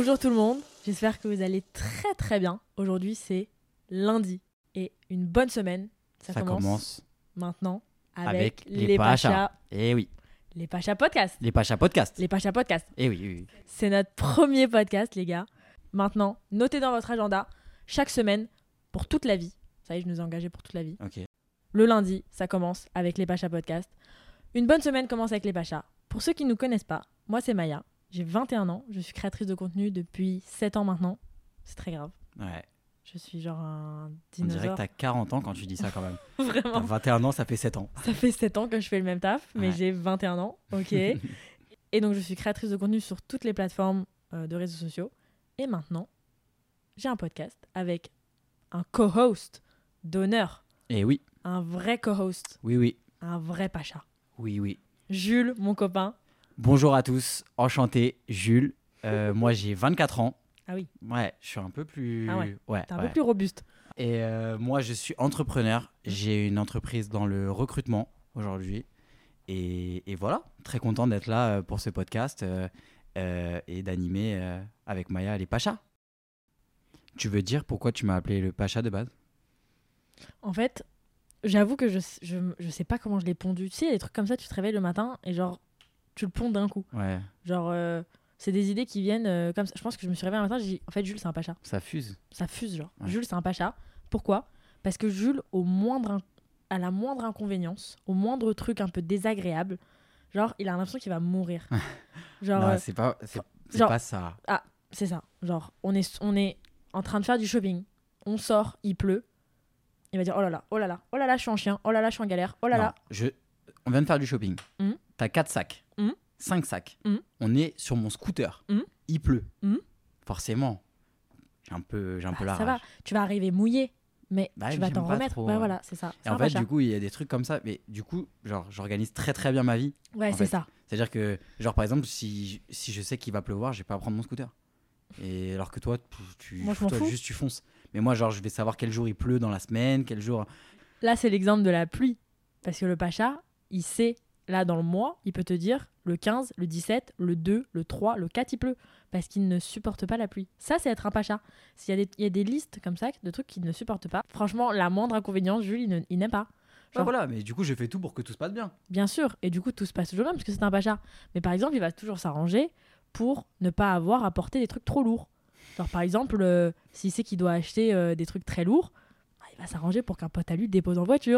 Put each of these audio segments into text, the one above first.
Bonjour tout le monde, j'espère que vous allez très très bien. Aujourd'hui c'est lundi et une bonne semaine. Ça commence maintenant avec les Pachas. Eh oui. Les Pachas Podcast. Les Pachas Podcast. Les Pachas Podcast. Eh oui. C'est notre premier podcast les gars. Maintenant, notez dans votre agenda, chaque semaine, pour toute la vie. Ça y est, je nous ai engagés pour toute la vie. Ok. Le lundi, ça commence avec les Pachas Podcast. Une bonne semaine commence avec les Pachas. Pour ceux qui ne nous connaissent pas, moi c'est Maya. J'ai 21 ans, je suis créatrice de contenu depuis 7 ans maintenant. C'est très grave. Ouais. Je suis genre un On dinosaure. dirait que t'as 40 ans quand tu dis ça quand même. Vraiment. T'as 21 ans, ça fait 7 ans. Ça fait 7 ans que je fais le même taf, mais Ouais. j'ai 21 ans, ok. Et donc je suis créatrice de contenu sur toutes les plateformes de réseaux sociaux. Et maintenant, j'ai un podcast avec un co-host d'honneur. Eh oui. Un vrai co-host. Oui. Un vrai Pacha. Oui. Jules, mon copain. Bonjour à tous, enchanté, Jules. Moi j'ai 24 ans. Ah oui, Ouais, je suis un peu plus... Ah ouais. Ouais. t'es un peu plus robuste. Et moi je suis entrepreneur. J'ai une entreprise dans le recrutement aujourd'hui. Et voilà, très content d'être là pour ce podcast et d'animer avec Maya les Pachas. Tu veux dire pourquoi tu m'as appelé le Pacha de base? En fait, j'avoue que je sais pas comment je l'ai pondu. Tu sais, il y a des trucs comme ça, tu te réveilles le matin et genre, tu le ponds d'un coup. Ouais, Genre, c'est des idées qui viennent comme ça. Je pense que je me suis réveillée un matin, j'ai dit, en fait, Jules, c'est un Pacha. ça fuse. Ça fuse, genre. Ouais. Jules, c'est un Pacha. Pourquoi ? Parce que Jules, à la moindre inconvénience, au moindre truc un peu désagréable, genre, il a l'impression qu'il va mourir. Genre, Non, c'est genre- pas ça. c'est ça. Genre, on est en train de faire du shopping. On sort, il pleut. Il va dire, oh là là, je suis en chien. Oh là là, je suis en galère. Oh là là. Non, on vient de faire du shopping. Mhm. T'as 4 sacs. Mhm. 5 sacs. Mhm. On est sur mon scooter. Mhm. Il pleut. Mhm. Forcément, j'ai un peu la Ça rage. va, tu vas arriver mouillé, mais Bah, tu vas j'aime t'en pas remettre. trop, Bah ouais. voilà, c'est ça. Et C'est en un fait, Pacha. du coup, il y a des trucs comme ça. Mais du coup, genre, j'organise très très bien ma vie. Ouais, en c'est fait. ça. C'est-à-dire que, genre, par exemple, si je sais qu'il va pleuvoir, je vais pas prendre mon scooter. Et alors que toi, Moi, je m'en fous. juste tu fonces. Mais moi, genre, je vais savoir quel jour il pleut dans la semaine, quel jour. Là, c'est l'exemple de la pluie. Parce que le Pacha, il sait, là, dans le mois, il peut te dire le 15, le 17, le 2, le 3, le 4, il pleut. Parce qu'il ne supporte pas la pluie. Ça, c'est être un Pacha. Il y a des listes comme ça de trucs qu'il ne supporte pas. Franchement, la moindre inconvénience, Jules, il n'aime pas. Ouais, voilà, mais du coup, j'ai fait tout pour que tout se passe bien. Bien sûr. Et du coup, tout se passe toujours bien parce que c'est un Pacha. Mais par exemple, il va toujours s'arranger pour ne pas avoir à porter des trucs trop lourds. Genre, par exemple, s'il sait qu'il doit acheter des trucs très lourds, il va s'arranger pour qu'un pote à lui le dépose en voiture.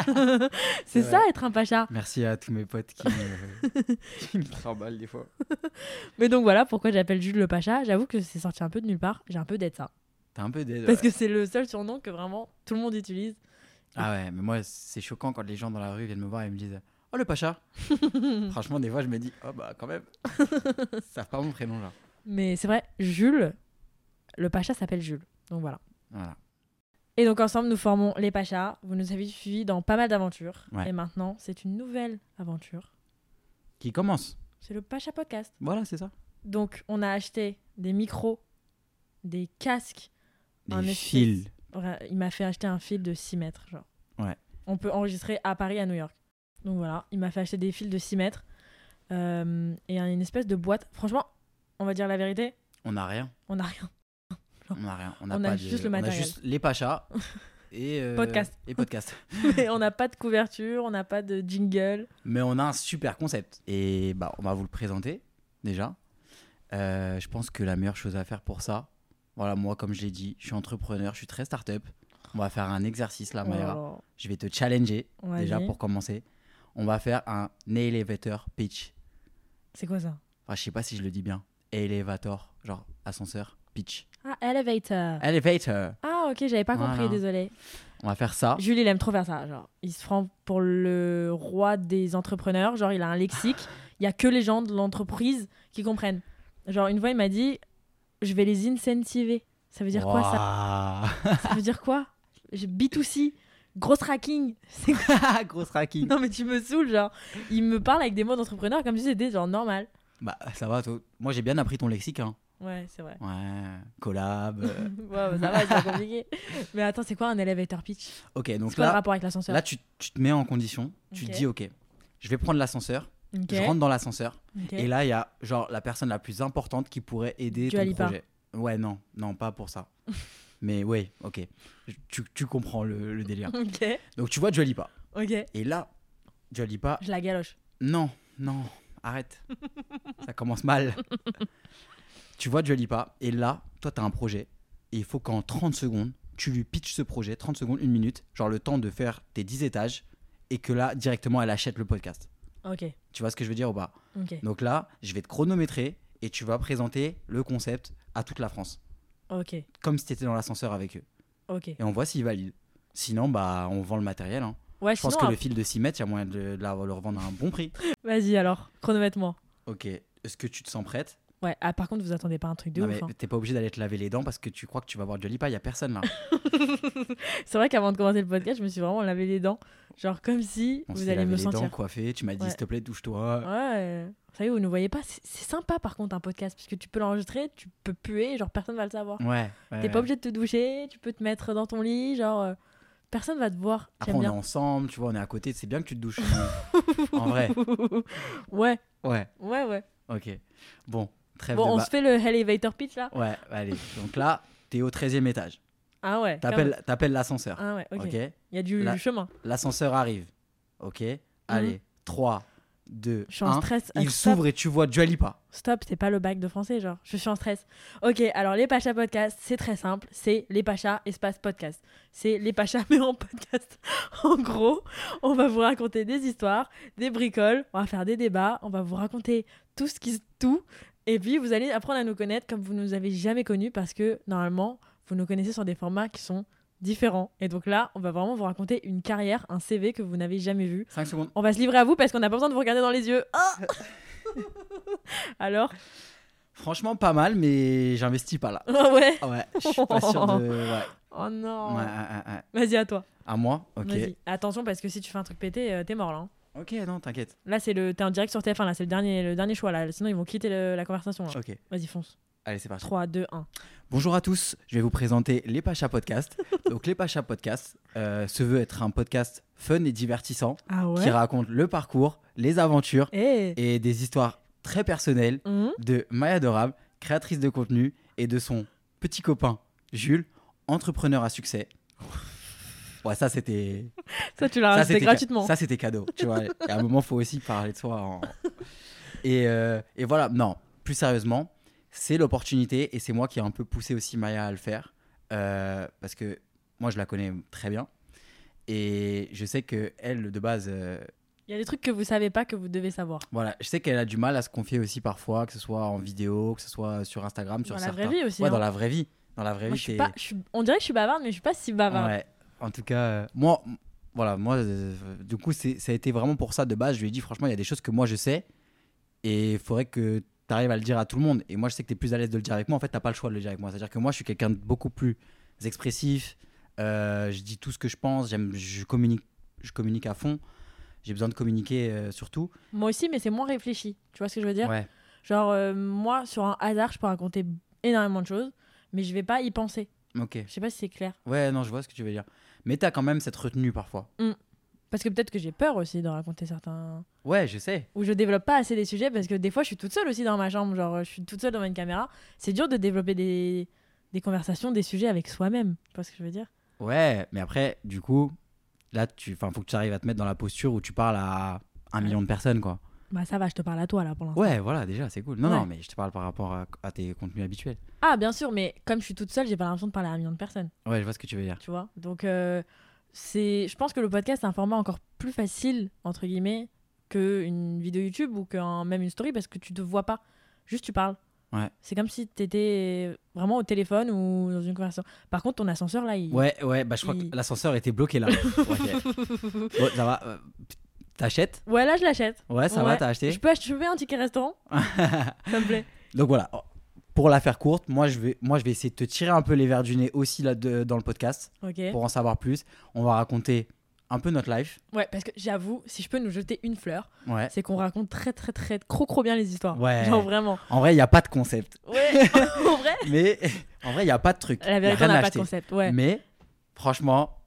C'est ça, vrai. être un Pacha. Merci à tous mes potes qui me tremballent des fois. Mais donc voilà pourquoi j'appelle Jules le Pacha. J'avoue que c'est sorti un peu de nulle part. J'ai un peu d'être ça. T'as un peu d'aide. Parce que c'est le seul surnom que vraiment tout le monde utilise. Ah ouais, mais moi, c'est choquant quand les gens dans la rue viennent me voir et me disent « Oh, le Pacha !» Franchement, des fois, je me dis « Oh, bah, quand même. » Ils savent pas mon prénom, genre. Mais c'est vrai, Jules, le Pacha s'appelle Jules. Donc voilà. Voilà. Et donc ensemble, nous formons les Pachas. Vous nous avez suivis dans pas mal d'aventures. Ouais. Et maintenant, c'est une nouvelle aventure. Qui commence. C'est le Pacha Podcast. Voilà, c'est ça. Donc, on a acheté des micros, des casques. un Des espèce- fils. Il m'a fait acheter un fil de 6 mètres. Genre. Ouais. On peut enregistrer à Paris, à New York. Donc voilà, il m'a fait acheter des fils de 6 mètres. Et une espèce de boîte. Franchement, on va dire la vérité, On n'a rien. on n'a rien. On n'a rien. On a juste le On a matériel. juste les Pachas et... Podcast. Et podcast. Mais on n'a pas de couverture, on n'a pas de jingle. Mais on a un super concept. Et bah, on va vous le présenter, déjà. Je pense que la meilleure chose à faire pour ça, voilà, moi, comme je l'ai dit, je suis entrepreneur, je suis très start-up. On va faire un exercice là, Mayra. Oh, Je vais te challenger, vas-y. déjà, pour commencer. On va faire un elevator pitch. C'est quoi ça? Enfin, je sais pas si je le dis bien. Elevator, genre ascenseur, pitch. Ah, elevator. Elevator. Ah, ok, j'avais pas compris, Voilà. désolé. On va faire ça. Jules, il aime trop faire ça. Genre, il se prend pour le roi des entrepreneurs. Genre, il a un lexique. Il y a que les gens de l'entreprise qui comprennent. Genre, une fois, il m'a dit, je vais les incentiver. Ça veut dire quoi ça? Waouh. Ça veut dire quoi? B2C, grosse racking. C'est quoi? Grosse racking. Non, mais tu me saoules, genre. Il me parle avec des mots d'entrepreneur comme si c'était genre normal. Bah, ça va, toi. Moi, j'ai bien appris ton lexique, hein. Ouais, c'est vrai. Ouais, collab. Ouais, bah, ça va, c'est pas compliqué. Mais attends, c'est quoi un elevator pitch? Ok, C'est donc quoi le là, rapport avec l'ascenseur? tu te mets en condition. Tu te Ok. dis, ok, je vais prendre l'ascenseur Ok. Je rentre dans l'ascenseur. Ok. Et là, il y a genre la personne la plus importante qui pourrait aider Dua ton Lipa. projet. Ouais, non, pas pour ça. Mais ouais, ok. Tu comprends le délire. Ok. Donc tu vois Dua Lipa. Ok. Et là, Dua Lipa, Je la galoche. non, arrête. Ça commence mal. Tu vois Dua Lipa, et là, toi, t'as un projet. Et il faut qu'en 30 secondes, tu lui pitches ce projet, 30 secondes, 1 minute, genre le temps de faire tes 10 étages, et que là, directement, elle achète le podcast. Ok. Tu vois ce que je veux dire ou pas? Ok. Donc là, je vais te chronométrer, et tu vas présenter le concept à toute la France. Ok. Comme si tu étais dans l'ascenseur avec eux. Ok. Et on voit s'ils valident. Sinon, bah, on vend le matériel. Hein. Ouais, Je pense sinon, que le fil de 6 mètres, il y a moyen de le revendre à un bon prix. Vas-y alors, chronomètre-moi. Ok. Est-ce que tu te sens prête? Ouais, ah, par contre, vous attendez pas un truc de Non, ouf. mais Hein. t'es pas obligé d'aller te laver les dents parce que tu crois que tu vas voir Dua Lipa. Il y a personne là. C'est vrai qu'avant de commencer le podcast, je me suis vraiment lavé les dents. Genre comme si On vous s'est alliez lavé me les dents, sentir. coiffé. Tu m'as dit, Ouais. s'il te plaît, touche-toi. Ouais, ça y est, vous ne voyez pas. C'est sympa par contre un podcast, parce que tu peux l'enregistrer, tu peux puer, genre personne va le savoir. Ouais. T'es pas obligé de te doucher, tu peux te mettre dans ton lit, genre personne va te voir. Après, J'aime on est bien. ensemble, tu vois, on est à côté. C'est bien que tu te douches. En vrai. Ouais, Ouais. ouais. Ok. Bon, trêve Bon, de on bas. se fait le elevator pitch là. Ouais, allez. Donc là, t'es au 13e étage. Ah ouais. quand même. T'appelles l'ascenseur. Ah ouais, ok. Ok. Il y a du Là- chemin. L'ascenseur arrive. Ok. Allez. 3, 2, Je suis en 1. stress. Il Stop. s'ouvre et tu vois Dua Lipa. Stop, c'est pas le bac de français, genre. Je suis en stress. Ok, alors les Pachas podcast, c'est très simple. C'est les Pachas espace podcast. C'est les Pachas mais en podcast. En gros, on va vous raconter des histoires, des bricoles, on va faire des débats, on va vous raconter tout. Et puis vous allez apprendre à nous connaître comme vous nous avez jamais connus parce que normalement, vous nous connaissez sur des formats qui sont différents. Et donc là, on va vraiment vous raconter une carrière, un CV que vous n'avez jamais vu. 5 secondes. On va se livrer à vous parce qu'on n'a pas besoin de vous regarder dans les yeux. Ah alors Franchement, pas mal, mais j'investis pas là. Oh ouais. Ouais, je suis pas sûr de. Ouais. Oh non. Ouais. Vas-y, à toi. À moi? Ok. Vas-y. Attention parce que si tu fais un truc pété, t'es mort là. Hein. Ok, non, t'inquiète. Là, t'es en direct sur TF1, là, c'est le dernier choix là. Sinon, ils vont quitter la conversation. Là. Ok. Vas-y, fonce. Allez, c'est parti. 3, 2, 1. Bonjour à tous, je vais vous présenter les Pachas Podcast. Donc, les Pachas Podcast se veut être un podcast fun et divertissant Ah qui ouais. raconte le parcours, les aventures Eh. et des histoires très personnelles de Maya Dorable, créatrice de contenu, et de son petit copain Jules, entrepreneur à succès. Ouais, ça c'était. Ça, tu l'as Ça, rajouté c'était gratuitement. Ça, c'était cadeau. Tu vois, à un moment, il faut aussi parler de soi. Et voilà, non, plus sérieusement, c'est l'opportunité et c'est moi qui ai un peu poussé aussi Maya à le faire parce que moi, je la connais très bien et je sais qu'elle, de base, Il y a des trucs que vous savez pas que vous devez savoir. voilà, je sais qu'elle a du mal à se confier aussi parfois, que ce soit en vidéo, que ce soit sur Instagram, sur Dans la certains. vraie vie aussi. Ouais, hein. dans la vraie vie. Dans la vraie Moi, vie, on dirait que je suis bavarde, mais je suis pas si bavarde. Ouais. En tout cas, moi, du coup, ça a été vraiment pour ça de base. Je lui ai dit, franchement, il y a des choses que moi je sais et il faudrait que tu arrives à le dire à tout le monde. Et moi, je sais que tu es plus à l'aise de le dire avec moi. En fait, tu n'as pas le choix de le dire avec moi. C'est-à-dire que moi, je suis quelqu'un de beaucoup plus expressif. Je dis tout ce que je pense. Je communique à fond. J'ai besoin de communiquer surtout. Moi aussi, mais c'est moins réfléchi. Tu vois ce que je veux dire? Ouais. Genre, moi, sur un hasard, je peux raconter énormément de choses, mais je vais pas y penser. Ok. Je sais pas si c'est clair. Ouais, non, je vois ce que tu veux dire. Mais tu as quand même cette retenue parfois. Parce que peut-être que j'ai peur aussi de raconter certains. Ouais, je sais. Ou je développe pas assez des sujets parce que des fois je suis toute seule aussi dans ma chambre. Genre, je suis toute seule devant une caméra. C'est dur de développer des conversations, des sujets avec soi-même. Tu vois ce que je veux dire? Ouais, mais après, du coup, là, faut que tu arrives à te mettre dans la posture où tu parles à 1 million de personnes, quoi. Bah, ça va, je te parle à toi là pour l'instant. Ouais, voilà, déjà, c'est cool. Non, Ouais. non, mais je te parle par rapport à tes contenus habituels. Ah, bien sûr, mais comme je suis toute seule, j'ai pas l'impression de parler à 1 million de personnes. Ouais, je vois ce que tu veux dire. Tu vois? Donc, je pense que le podcast, c'est un format encore plus facile, entre guillemets, qu'une vidéo YouTube ou même une story parce que tu te vois pas. Juste, tu parles. Ouais. C'est comme si t'étais vraiment au téléphone ou dans une conversation. Par contre, ton ascenseur, là, il... Ouais, bah je crois que l'ascenseur était bloqué là. Ok. Bon, ça va. T'achètes? Ouais, là, je l'achète. Ouais, ça va, t'as acheté? Je peux acheter un ticket restaurant? Ça me plaît. Donc voilà, pour la faire courte, moi je vais essayer de te tirer un peu les verres du nez aussi là dans le podcast Ok. pour en savoir plus. On va raconter un peu notre life. Ouais, parce que j'avoue, si je peux nous jeter une fleur, Ouais. c'est qu'on raconte très, très, très, trop bien les histoires. Ouais. Genre vraiment. En vrai, il n'y a pas de concept. Ouais, en vrai. Mais en vrai, il n'y a pas de truc. La Y a vérité, rien on à n'a pas de acheter. concept. Ouais. Mais franchement,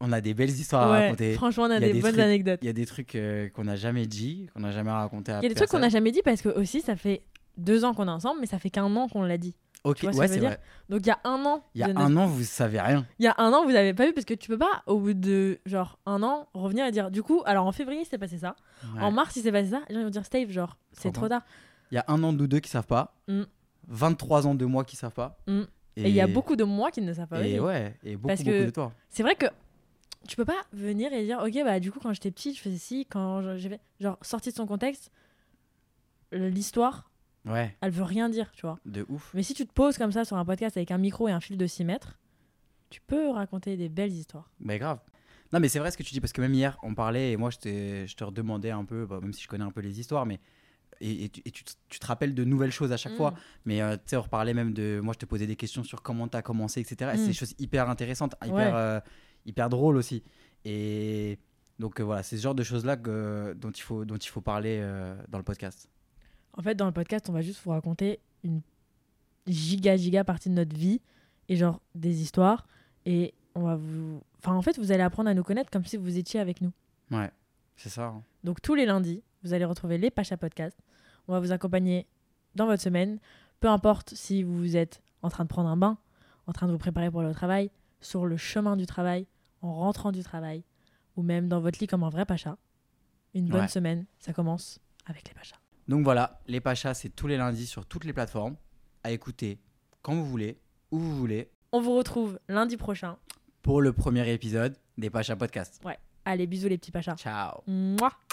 On a des belles histoires à Ouais, raconter. franchement, on a Il y a des des bonnes trucs- anecdotes. Il y a des trucs qu'on n'a jamais dit, qu'on n'a jamais raconté à Il y a des trucs qu'on n'a personne. jamais dit parce que aussi, ça fait 2 ans qu'on est ensemble, mais ça fait qu'1 an qu'on l'a dit. Ok, Tu vois ce ouais, que je c'est veux vrai. Donc il y a 1 an. Il y a de un notre- an, vous savez rien. Il y a 1 an, vous avez pas vu parce que tu peux pas, au bout de genre 1 an, revenir et dire du coup, alors en février, il s'est passé ça. Ouais. En mars, il s'est passé ça. Les gens vont dire Steve, genre, c'est Trop trop tard. Il y a un an de nous deux qui savent pas. Mm. 23 ans de moi qui savent pas. Mm. Et il y a beaucoup de moi qui ne savent pas Et aussi. ouais, et beaucoup, Parce beaucoup que- de toi. C'est vrai que tu peux pas venir et dire ok, bah du coup, quand j'étais petite, je faisais ci, j'ai fait. Genre, sorti de son contexte, l'histoire, Ouais, elle veut rien dire, tu vois. de ouf. Mais si tu te poses comme ça sur un podcast avec un micro et un fil de 6 mètres, tu peux raconter des belles histoires. Mais grave. Non, mais c'est vrai ce que tu dis, parce que même hier, on parlait, et moi, je te redemandais un peu, bah, même si je connais un peu les histoires, mais. Et tu te rappelles de nouvelles choses à chaque fois. Mais tu sais, on reparlait même de. Moi, je te posais des questions sur comment tu as commencé, etc. Et c'est des choses hyper intéressantes, hyper drôles aussi. Et donc, voilà, c'est ce genre de choses-là dont il faut parler dans le podcast. En fait, dans le podcast, on va juste vous raconter une giga partie de notre vie et genre des histoires. Et on va vous. Enfin, en fait, vous allez apprendre à nous connaître comme si vous étiez avec nous. Ouais, c'est ça. Hein. Donc, tous les lundis, vous allez retrouver les Pacha Podcasts. On va vous accompagner dans votre semaine. Peu importe si vous êtes en train de prendre un bain, en train de vous préparer pour le travail, sur le chemin du travail, en rentrant du travail, ou même dans votre lit comme un vrai Pacha. Une bonne semaine, ça commence avec les Pachas. Donc voilà, les Pachas, c'est tous les lundis sur toutes les plateformes. À écouter quand vous voulez, où vous voulez. On vous retrouve lundi prochain. Pour le premier épisode des Pachas Podcast. Ouais. Allez, bisous les petits Pachas. Ciao. Mouah.